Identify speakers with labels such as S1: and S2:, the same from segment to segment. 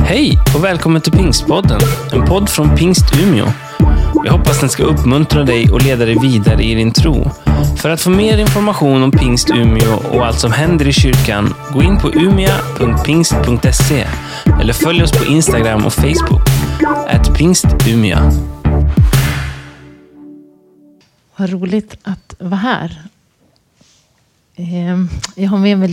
S1: Hej och välkommen till Pingstpodden, en podd från Pingst Umeå. Jag hoppas den ska uppmuntra dig och leda dig vidare i din tro. För att få mer information om Pingst Umeå och allt som händer i kyrkan, gå in på umia.pingst.se eller följ oss på Instagram och Facebook @pingstumia.
S2: Vad roligt att vara här. Jag har med mig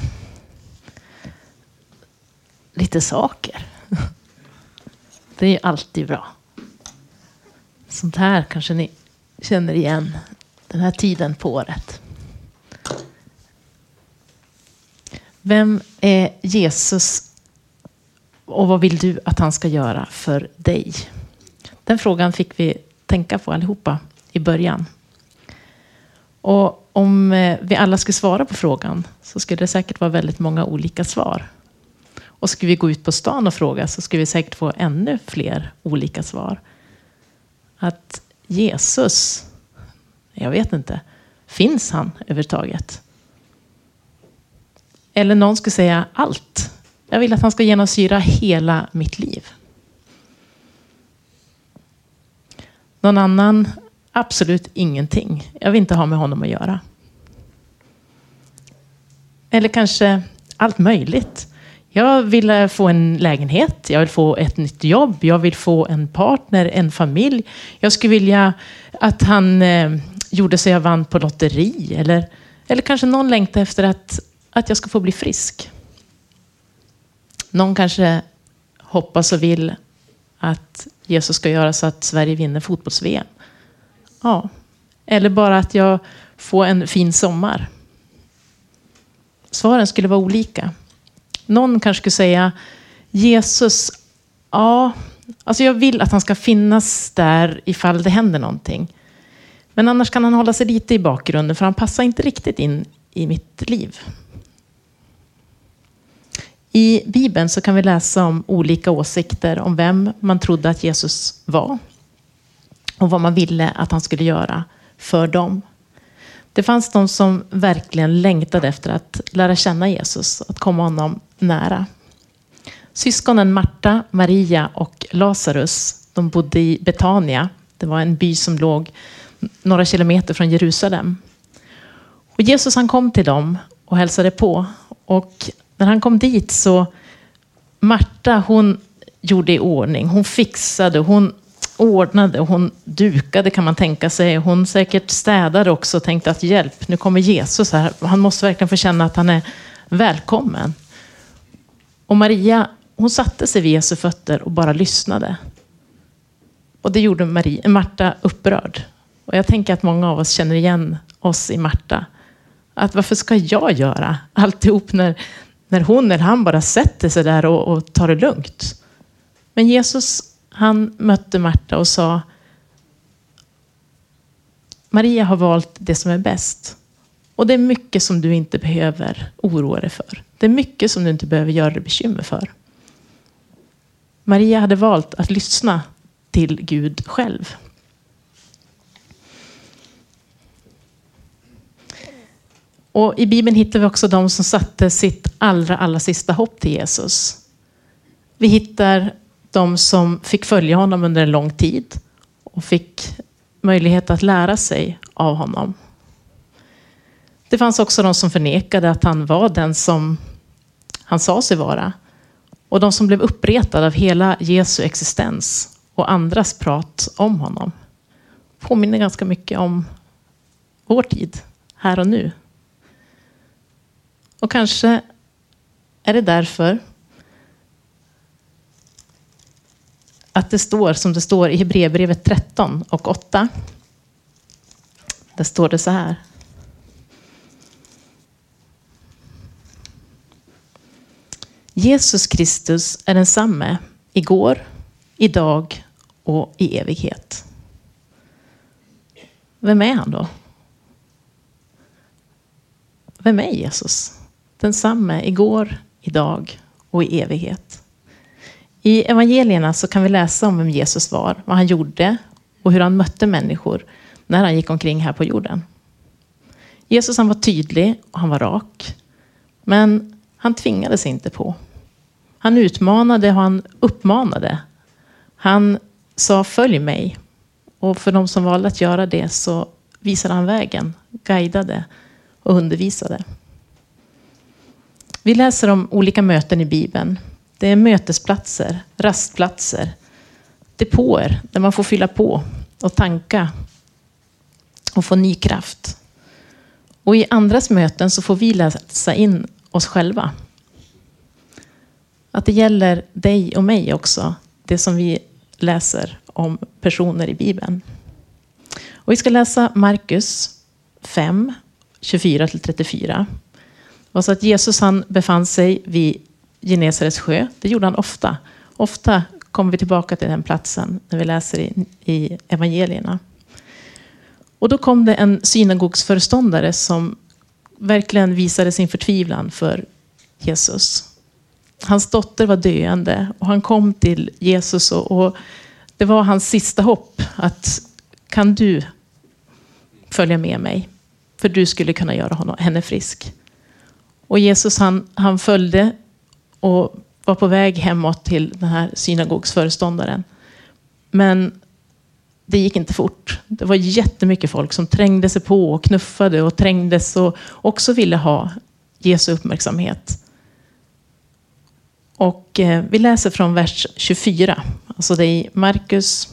S2: lite saker. Det är ju alltid bra. Sånt här kanske ni känner igen den här tiden på året. Vem är Jesus och vad vill du att han ska göra för dig? Den frågan fick vi tänka på allihopa i början. Och om vi alla skulle svara på frågan så skulle det säkert vara väldigt många olika svar. Och skulle vi gå ut på stan och fråga så skulle vi säkert få ännu fler olika svar. Att Jesus, jag vet inte, finns han överhuvudtaget? Eller någon skulle säga allt. Jag vill att han ska genomsyra hela mitt liv. Någon annan, absolut ingenting. Jag vill inte ha med honom att göra. Eller kanske allt möjligt. Jag vill få en lägenhet, jag vill få ett nytt jobb, jag vill få en partner, en familj. Jag skulle vilja att han gjorde så jag vann på lotteri. Eller kanske någon längtar efter att jag ska få bli frisk. Någon kanske hoppas och vill att Jesus ska göra så att Sverige vinner fotbolls-VM. Ja. Eller bara att jag får en fin sommar. Svaren skulle vara olika. Någon kanske skulle säga Jesus, ja, alltså jag vill att han ska finnas där ifall det händer någonting. Men annars kan han hålla sig lite i bakgrunden för han passar inte riktigt in i mitt liv. I Bibeln så kan vi läsa om olika åsikter om vem man trodde att Jesus var och vad man ville att han skulle göra för dem. Det fanns de som verkligen längtade efter att lära känna Jesus, att komma honom nära. Syskonen Marta, Maria och Lazarus, de bodde i Betania. Det var en by som låg några kilometer från Jerusalem. Och Jesus han kom till dem och hälsade på. Och när han kom dit så Marta hon gjorde i ordning. Hon fixade, hon ordnade, hon dukade kan man tänka sig. Hon säkert städade också och tänkte att hjälp, nu kommer Jesus här. Han måste verkligen få känna att han är välkommen. Och Maria, hon satte sig vid Jesu fötter och bara lyssnade. Och det gjorde Marta upprörd. Och jag tänker att många av oss känner igen oss i Marta. Att varför ska jag göra alltihop när hon eller han bara sätter sig där och tar det lugnt. Men Jesus han mötte Marta och sa Maria har valt det som är bäst. Och det är mycket som du inte behöver oroa dig för. Det är mycket som du inte behöver göra dig bekymmer för. Maria hade valt att lyssna till Gud själv. Och i Bibeln hittar vi också de som satte sitt allra sista hopp till Jesus. Vi hittar de som fick följa honom under en lång tid och fick möjlighet att lära sig av honom. Det fanns också de som förnekade att han var den som han sa sig vara. Och de som blev uppretade av hela Jesu existens och andras prat om honom. Påminner ganska mycket om vår tid, här och nu. Och kanske är det därför att det står som det står i Hebreerbrevet 13:8. Där står det så här. Jesus Kristus är densamme igår, idag och i evighet. Vem är han då? Vem är Jesus? Densamme igår, idag och i evighet. I evangelierna så kan vi läsa om vem Jesus var, vad han gjorde och hur han mötte människor när han gick omkring här på jorden. Jesus han var tydlig och han var rak. Men han tvingade sig inte på. Han utmanade och han uppmanade. Han sa följ mig. Och för de som valde att göra det så visade han vägen, guidade och undervisade. Vi läser om olika möten i Bibeln. Det är mötesplatser, rastplatser, depåer där man får fylla på och tanka och få ny kraft. Och i andras möten så får vi läsa in oss själva. Att det gäller dig och mig också, det som vi läser om personer i Bibeln. Och vi ska läsa Markus 5, 24-34. Och så att Jesus han befann sig vid Genesarets sjö. Det gjorde han ofta. Ofta kommer vi tillbaka till den platsen när vi läser i evangelierna. Och då kom det en synagogsföreståndare som verkligen visade sin förtvivlan för Jesus. Hans dotter var döende och han kom till Jesus och det var hans sista hopp att kan du följa med mig? För du skulle kunna göra henne frisk. Och Jesus han följde och var på väg hemåt till den här synagogsföreståndaren. Men det gick inte fort. Det var jättemycket folk som trängde sig på och knuffade och trängdes och också ville ha Jesu uppmärksamhet. Och vi läser från vers 24. Alltså det är i Markus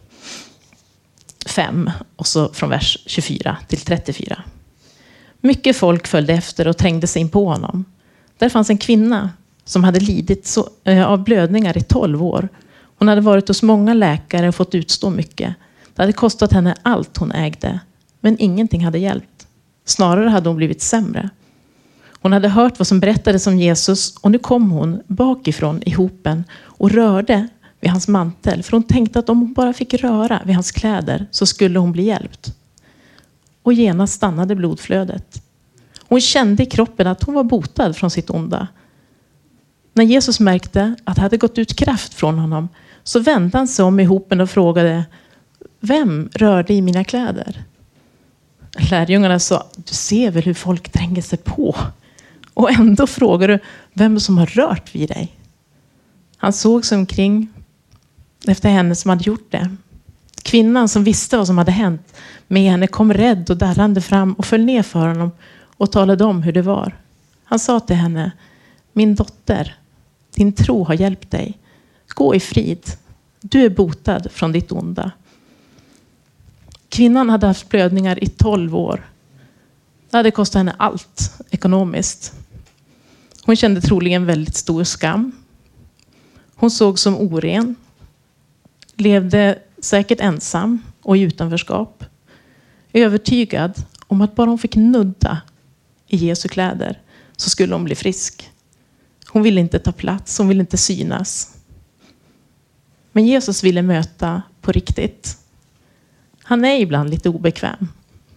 S2: 5 och så från vers 24 till 34. Mycket folk följde efter och trängde sig in på honom. Där fanns en kvinna som hade lidit av blödningar i 12 år. Hon hade varit hos många läkare och fått utstå mycket. Det hade kostat henne allt hon ägde. Men ingenting hade hjälpt. Snarare hade hon blivit sämre. Hon hade hört vad som berättades om Jesus och nu kom hon bakifrån i hopen och rörde vid hans mantel. För hon tänkte att om hon bara fick röra vid hans kläder så skulle hon bli hjälpt. Och genast stannade blodflödet. Hon kände i kroppen att hon var botad från sitt onda. När Jesus märkte att det hade gått ut kraft från honom så vände han sig om i hopen och frågade: vem rörde i mina kläder? Lärjungarna sa: du ser väl hur folk tränger sig på. Och ändå frågar du vem som har rört vid dig. Han såg sig omkring efter henne som hade gjort det. Kvinnan som visste vad som hade hänt med henne kom rädd och darrande fram och föll ner för honom och talade om hur det var. Han sa till henne: min dotter, din tro har hjälpt dig. Gå i frid. Du är botad från ditt onda. Kvinnan hade haft blödningar i 12 år. Det hade kostat henne allt ekonomiskt. Hon kände troligen väldigt stor skam. Hon såg som oren. Levde säkert ensam och i utanförskap. Övertygad om att bara hon fick nudda i Jesu kläder så skulle hon bli frisk. Hon ville inte ta plats, hon ville inte synas. Men Jesus ville möta på riktigt. Han är ibland lite obekväm.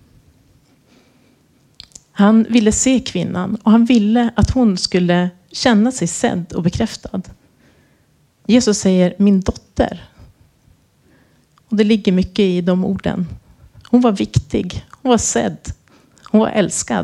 S2: Han ville se kvinnan och han ville att hon skulle känna sig sedd och bekräftad. Jesus säger min dotter. Och det ligger mycket i de orden. Hon var viktig, hon var sedd, hon var älskad.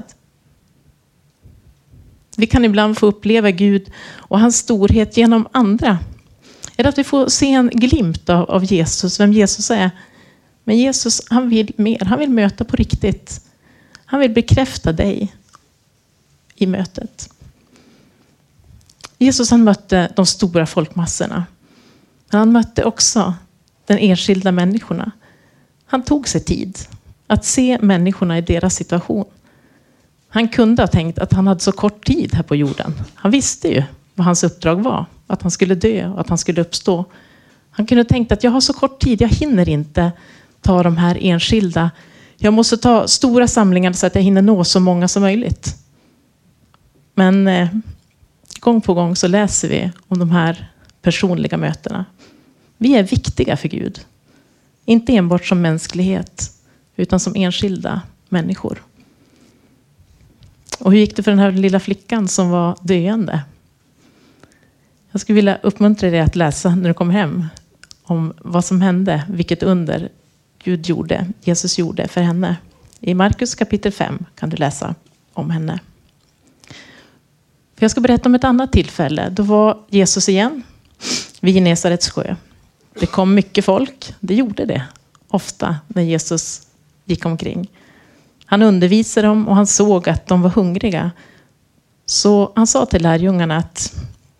S2: Vi kan ibland få uppleva Gud och hans storhet genom andra. Eller att vi får se en glimt av Jesus, vem Jesus är. Men Jesus, han vill mer. Han vill möta på riktigt. Han vill bekräfta dig i mötet. Jesus, han mötte de stora folkmassorna. Men han mötte också den enskilda människorna. Han tog sig tid att se människorna i deras situation. Han kunde ha tänkt att han hade så kort tid här på jorden. Han visste ju vad hans uppdrag var. Att han skulle dö och att han skulle uppstå. Han kunde ha tänkt att jag har så kort tid, jag hinner inte ta de här enskilda. Jag måste ta stora samlingar så att jag hinner nå så många som möjligt. Men gång på gång så läser vi om de här personliga mötena. Vi är viktiga för Gud. Inte enbart som mänsklighet utan som enskilda människor. Och hur gick det för den här lilla flickan som var döende? Jag skulle vilja uppmuntra dig att läsa när du kommer hem om vad som hände, vilket under Gud gjorde, Jesus gjorde för henne. I Markus kapitel 5 kan du läsa om henne. För jag ska berätta om ett annat tillfälle. Då var Jesus igen vid Genesarets sjö. Det kom mycket folk. Det gjorde det ofta när Jesus gick omkring. Han undervisade dem och han såg att de var hungriga. Så han sa till lärjungarna att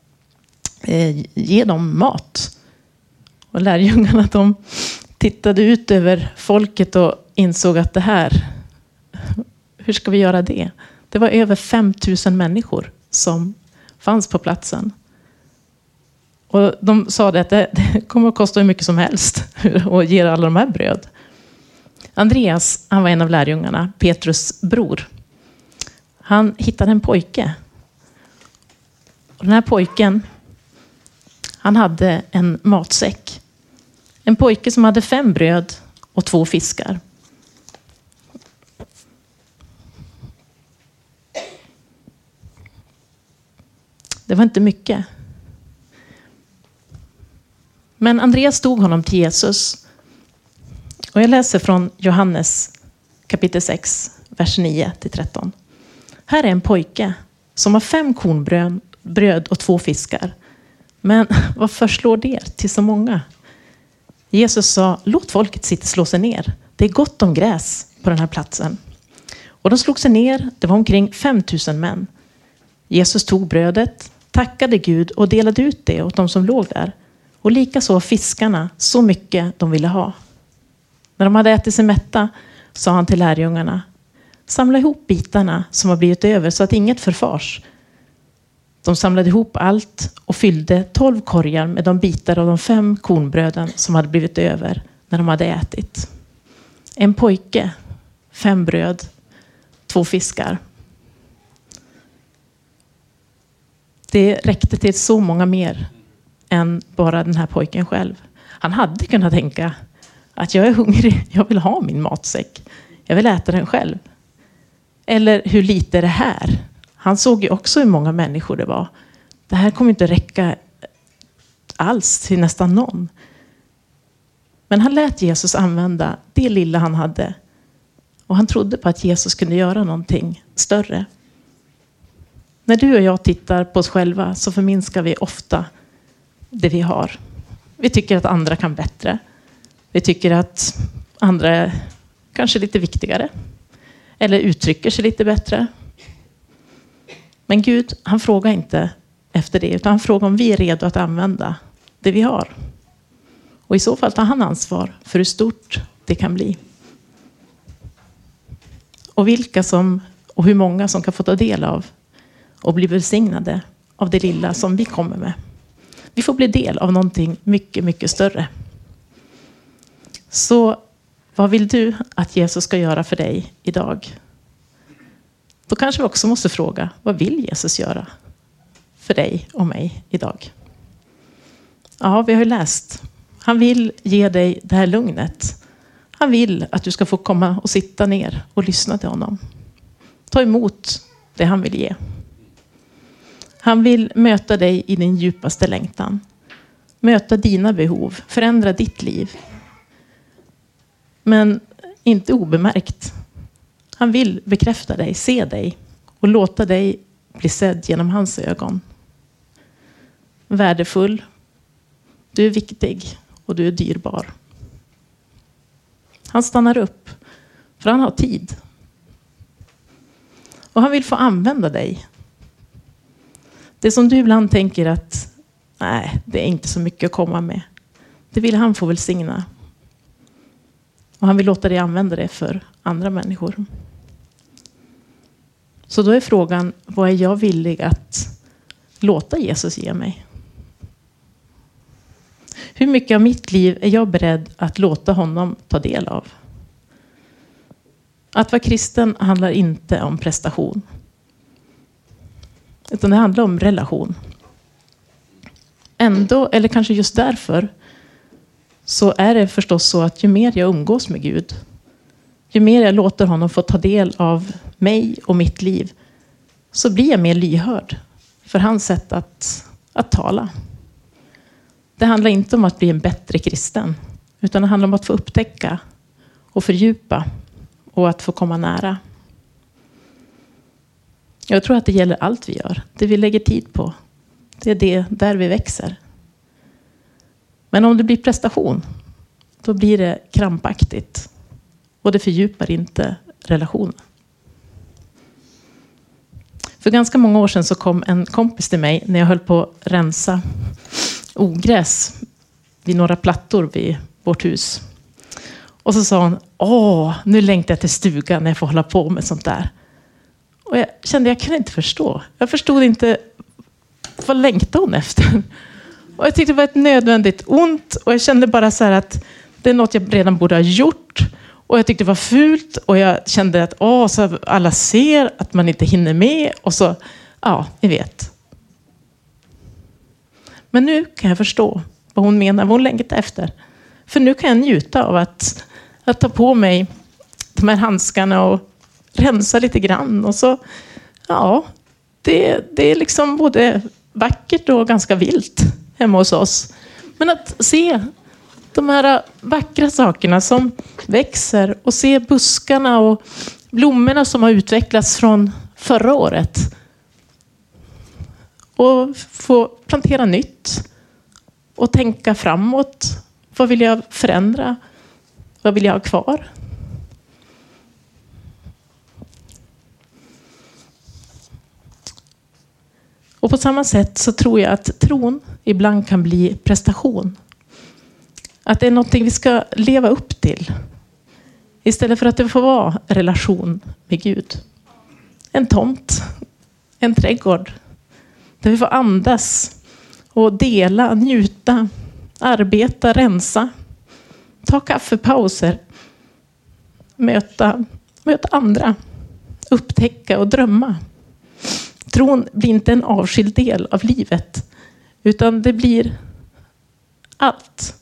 S2: ge dem mat. Och lärjungarna de tittade ut över folket och insåg att hur ska vi göra det? Det var över 5000 människor som fanns på platsen. Och de sa att det kommer att kosta hur mycket som helst att ge alla de här bröd. Andreas, han var en av lärjungarna, Petrus bror. Han hittade en pojke. Och den här pojken, han hade en matsäck. En pojke som hade 5 bröd och 2 fiskar. Det var inte mycket. Men Andreas tog honom till Jesus. Och jag läser från Johannes kapitel 6, vers 9-13. Här är en pojke som har 5 kornbröd och 2 fiskar. Men vad förslår det till så många? Jesus sa, låt folket sitta och slå sig ner. Det är gott om gräs på den här platsen. Och de slog sig ner, det var omkring 5000 män. Jesus tog brödet, tackade Gud och delade ut det åt de som låg där. Och likaså fiskarna, så mycket de ville ha. När de hade ätit sig mätta sa han till lärjungarna, samla ihop bitarna som har blivit över så att inget förfars. De samlade ihop allt och fyllde 12 korgar med de bitar av de 5 kornbröden som hade blivit över när de hade ätit. En pojke, 5 bröd, 2 fiskar. Det räckte till så många mer än bara den här pojken själv. Han hade kunnat tänka att jag är hungrig, jag vill ha min matsäck. Jag vill äta den själv. Eller hur lite är det här? Han såg ju också hur många människor det var. Det här kommer inte räcka alls till nästan någon. Men han lät Jesus använda det lilla han hade. Och han trodde på att Jesus kunde göra någonting större. När du och jag tittar på oss själva så förminskar vi ofta det vi har. Vi tycker att andra kan bättre. Vi tycker att andra är kanske lite viktigare. Eller uttrycker sig lite bättre. Men Gud, han frågar inte efter det. Utan han frågar om vi är redo att använda det vi har. Och i så fall tar han ansvar för hur stort det kan bli. Och och hur många som kan få ta del av och bli välsignade av det lilla som vi kommer med. Vi får bli del av någonting mycket, mycket större. Så vad vill du att Jesus ska göra för dig idag? Då kanske vi också måste fråga, vad vill Jesus göra för dig och mig idag? Ja, vi har ju läst. Han vill ge dig det här lugnet. Han vill att du ska få komma och sitta ner och lyssna till honom. Ta emot det han vill ge. Han vill möta dig i din djupaste längtan. Möta dina behov. Förändra ditt liv. Men inte obemärkt. Han vill bekräfta dig, se dig och låta dig bli sedd genom hans ögon. Värdefull. Du är viktig och du är dyrbar. Han stannar upp för han har tid. Och han vill få använda dig. Det som du ibland tänker att nej, det är inte så mycket att komma med. Det vill han få välsigna. Och han vill låta dig använda det för andra människor. Så då är frågan, vad är jag villig att låta Jesus ge mig? Hur mycket av mitt liv är jag beredd att låta honom ta del av? Att vara kristen handlar inte om prestation. Utan det handlar om relation. Ändå, eller kanske just därför, så är det förstås så att ju mer jag umgås med Gud, ju mer jag låter honom få ta del av mig och mitt liv, så blir jag mer lyhörd för hans sätt att tala. Det handlar inte om att bli en bättre kristen, utan det handlar om att få upptäcka och fördjupa och att få komma nära. Jag tror att det gäller allt vi gör. Det vi lägger tid på. Det är det där vi växer. Men om det blir prestation, då blir det krampaktigt. Och det fördjupar inte relationen. För ganska många år sedan så kom en kompis till mig när jag höll på att rensa ogräs vid några plattor vid vårt hus. Och så sa hon, nu längtar jag till stugan när jag får hålla på med sånt där. Och jag kände, jag kunde inte förstå. Jag förstod inte, vad längtade hon efter? Och jag tyckte det var ett nödvändigt ont. Och jag kände bara så här att det är något jag redan borde ha gjort. Och jag tyckte det var fult. Och jag kände att så alla ser att man inte hinner med. Och så, ni vet. Men nu kan jag förstå vad hon menar, vad hon längtar efter. För nu kan jag njuta av att ta på mig de här handskarna och rensa lite grann. Och så, det är liksom både vackert och ganska vilt hemma hos oss. Men att se de här vackra sakerna som växer och se buskarna och blommorna som har utvecklats från förra året. Och få plantera nytt och tänka framåt. Vad vill jag förändra? Vad vill jag ha kvar? Och på samma sätt så tror jag att tron ibland kan bli prestation. Att det är någonting vi ska leva upp till. Istället för att det får vara relation med Gud. En tomt, en trädgård. Där vi får andas och dela, njuta, arbeta, rensa. Ta kaffepauser. Möta andra. Upptäcka och drömma. Tron blir inte en avskild del av livet. Utan det blir allt.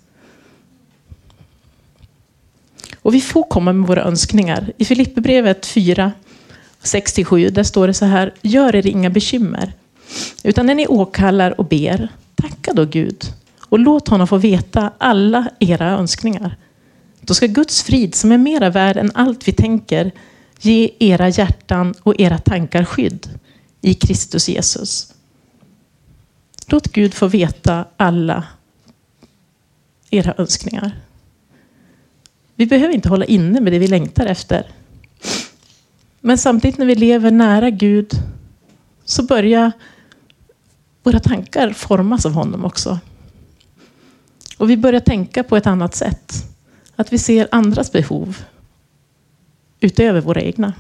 S2: Och vi får komma med våra önskningar. I Filipperbrevet 4:67 där står det så här. Gör er inga bekymmer. Utan när ni åkallar och ber, tacka då Gud. Och låt honom få veta alla era önskningar. Då ska Guds frid som är mera värd än allt vi tänker ge era hjärtan och era tankar skydd i Kristus Jesus. Låt Gud få veta alla era önskningar. Vi behöver inte hålla inne med det vi längtar efter. Men samtidigt när vi lever nära Gud så börjar våra tankar formas av honom också. Och vi börjar tänka på ett annat sätt. Att vi ser andras behov utöver våra egna.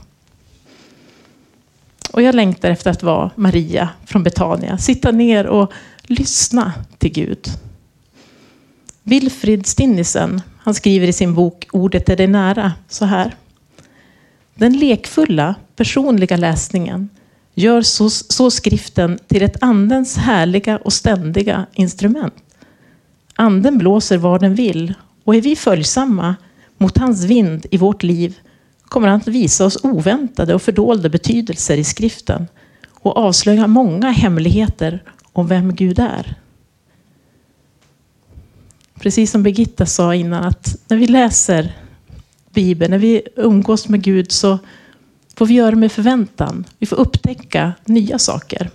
S2: Och jag längtar efter att vara Maria från Betania. Sitta ner och lyssna till Gud. Wilfrid Stinnesen, han skriver i sin bok Ordet är dig nära så här. Den lekfulla, personliga läsningen gör så skriften till ett andens härliga och ständiga instrument. Anden blåser var den vill och är vi följsamma mot hans vind i vårt liv kommer han att visa oss oväntade och fördolda betydelser i skriften och avslöja många hemligheter om vem Gud är. Precis som Birgitta sa innan, att när vi läser Bibeln, när vi umgås med Gud så får vi göra det med förväntan. Vi får upptäcka nya saker.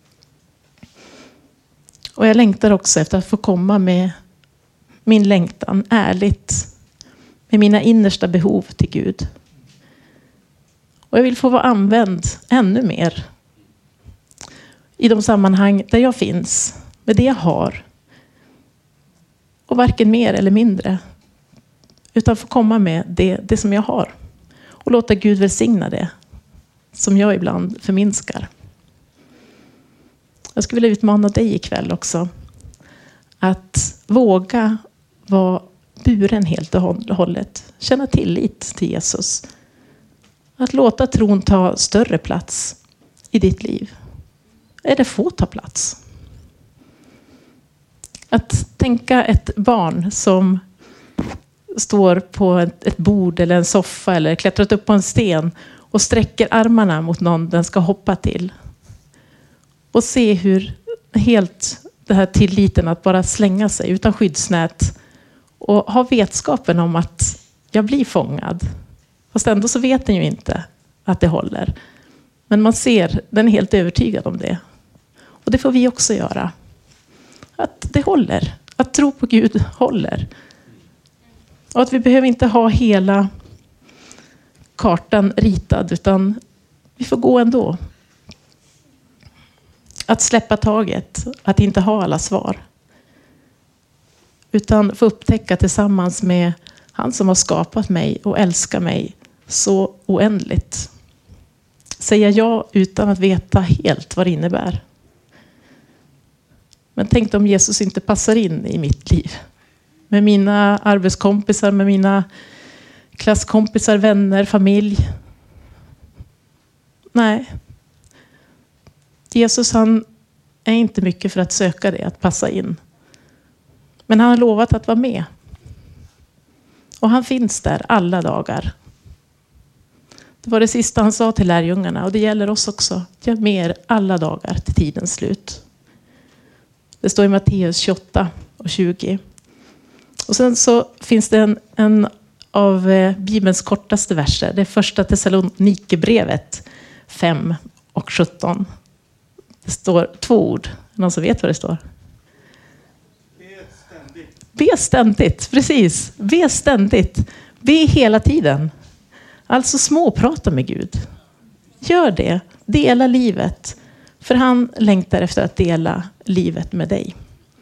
S2: Och jag längtar också efter att få komma med min längtan ärligt. Med mina innersta behov till Gud. Och jag vill få vara använd ännu mer. I de sammanhang där jag finns. Med det jag har. Och varken mer eller mindre. Utan få komma med det som jag har. Och låta Gud välsigna det. Som jag ibland förminskar. Jag skulle vilja utmana dig ikväll också. Att våga vara buren helt och hållet. Känna tillit till Jesus. Att låta tron ta större plats i ditt liv. Eller få ta plats. Att tänka ett barn som står på ett bord eller en soffa eller klättrat upp på en sten och sträcker armarna mot någon den ska hoppa till. Och se hur helt det här tilliten att bara slänga sig utan skyddsnät och ha vetskapen om att jag blir fångad. Fast ändå så vet den ju inte att det håller. Men man ser, den är helt övertygad om det. Och det får vi också göra. Att det håller. Att tro på Gud håller. Och att vi behöver inte ha hela kartan ritad, utan vi får gå ändå. Att släppa taget, att inte ha alla svar. Utan få upptäcka tillsammans med han som har skapat mig och älskar mig så oändligt. Säga ja utan att veta helt vad det innebär. Men tänk om Jesus inte passar in i mitt liv. Med mina arbetskompisar, med mina klasskompisar, vänner, familj. Nej. Jesus, han är inte mycket för att söka det, att passa in. Men han har lovat att vara med. Och han finns där alla dagar. Det var det sista han sa till lärjungarna, och det gäller oss också. Gör mer alla dagar till tidens slut. Det står i Matteus 28 och 20. Och sen så finns det en av Bibelns kortaste verser. Det är första Thessalonikerbrevet 5 och 17. Det står 2 ord. Någon som vet vad det står? Be ständigt, precis. Be ständigt. Be hela tiden. Alltså småprata med Gud. Gör det. Dela livet. För han längtar efter att dela livet med dig.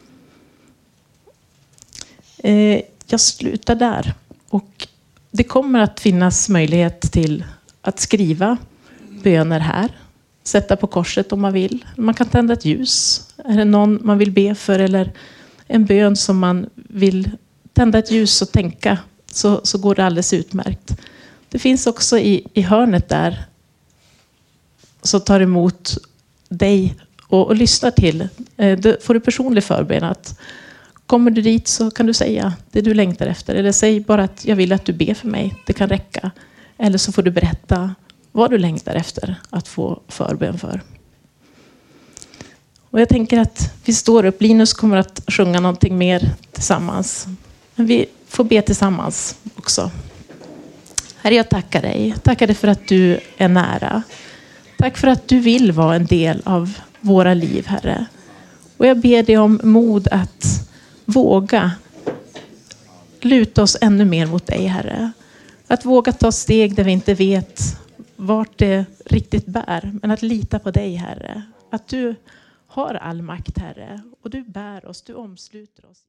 S2: Jag slutar där. Och det kommer att finnas möjlighet till att skriva böner här. Sätta på korset om man vill. Man kan tända ett ljus. Är det någon man vill be för, eller en bön som man vill tända ett ljus och tänka, så går det alldeles utmärkt. Det finns också i hörnet där så tar emot dig och lyssnar till. Då får du personlig förbön att kommer du dit så kan du säga det du längtar efter. Eller säg bara att jag vill att du ber för mig. Det kan räcka. Eller så får du berätta vad du längtar efter att få förbön för. Och jag tänker att vi står upp. Linus kommer att sjunga någonting mer tillsammans. Men vi får be tillsammans också. Herre, jag tackar dig. Tackar dig för att du är nära. Tack för att du vill vara en del av våra liv, Herre. Och jag ber dig om mod att våga luta oss ännu mer mot dig, Herre. Att våga ta steg där vi inte vet vart det riktigt bär. Men att lita på dig, Herre. Att du har all makt, Herre. Och du bär oss, du omsluter oss.